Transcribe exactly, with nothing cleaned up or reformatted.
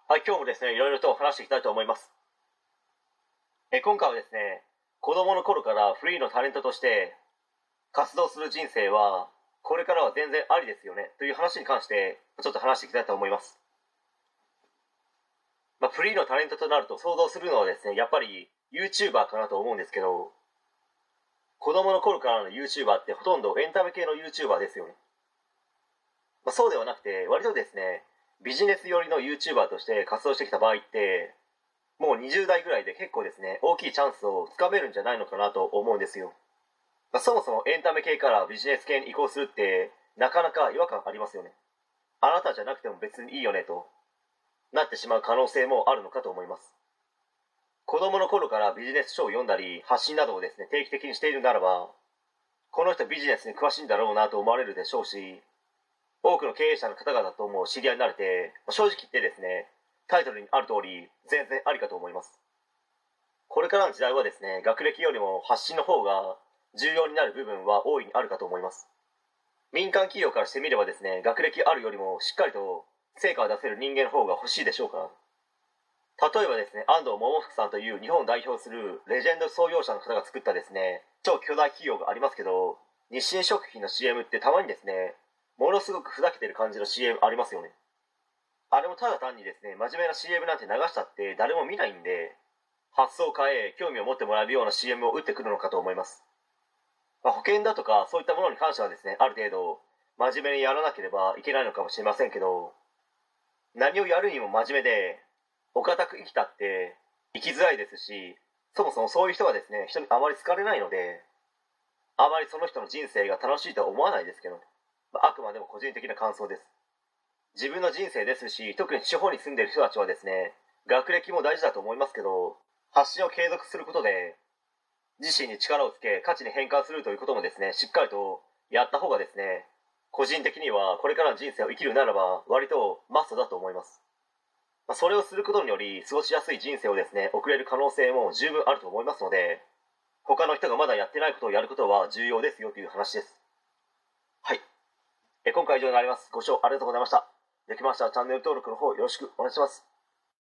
はい、今日もですね、いろいろと話していきたいと思います。え今回はですね、子供の頃からフリーのタレントとして活動する人生は、これからは全然ありですよね、という話に関して、ちょっと話していきたいと思います。まあ、フリーのタレントとなると想像するのはですね、やっぱり YouTuber かなと思うんですけど、子供の頃からの YouTuber ってほとんどエンタメ系の YouTuber ですよね。まあ、そうではなくて、割とですね、ビジネス寄りの YouTuber として活動してきた場合って、もうにじゅう代ぐらいで結構ですね、大きいチャンスをつかめるんじゃないのかなと思うんですよ。まあ、そもそもエンタメ系からビジネス系に移行するってなかなか違和感ありますよね。あなたじゃなくても別にいいよねとなってしまう可能性もあるのかと思います。子供の頃からビジネス書を読んだり発信などをですね定期的にしているならば、この人ビジネスに詳しいんだろうなと思われるでしょうし、多くの経営者の方々とも知り合いになれて、正直言ってですね、タイトルにある通り全然ありかと思います。これからの時代はですね、学歴よりも発信の方が重要になる部分は大いにあるかと思います。民間企業からしてみればですね、学歴あるよりもしっかりと成果を出せる人間の方が欲しいでしょうから。例えばですね、安藤桃福さんという日本を代表するレジェンド創業者の方が作ったですね、超巨大企業がありますけど、日清食品の シーエム ってたまにですね、ものすごくふざけてる感じの シーエム ありますよね。あれもただ単にですね、真面目な シーエム なんて流したって誰も見ないんで、発想を変え興味を持ってもらえるような シーエム を打ってくるのかと思います。まあ、保険だとかそういったものに関してはですね、ある程度真面目にやらなければいけないのかもしれませんけど、何をやるにも真面目でお堅く生きたって生きづらいですし、そもそもそういう人はですね、人にあまり好かれないので、あまりその人の人生が楽しいとは思わないですけど、まあ、あくまでも個人的な感想です。自分の人生ですし、特に地方に住んでいる人たちはですね、学歴も大事だと思いますけど、発信を継続することで自身に力をつけ価値に変換するということもですね、しっかりとやった方がですね、個人的にはこれからの人生を生きるならば割とマストだと思います。まあ、それをすることにより過ごしやすい人生をですね送れる可能性も十分あると思いますので、他の人がまだやってないことをやることは重要ですよという話です。はい、え今回以上になります。ご視聴ありがとうございました。できましたらチャンネル登録の方よろしくお願いします。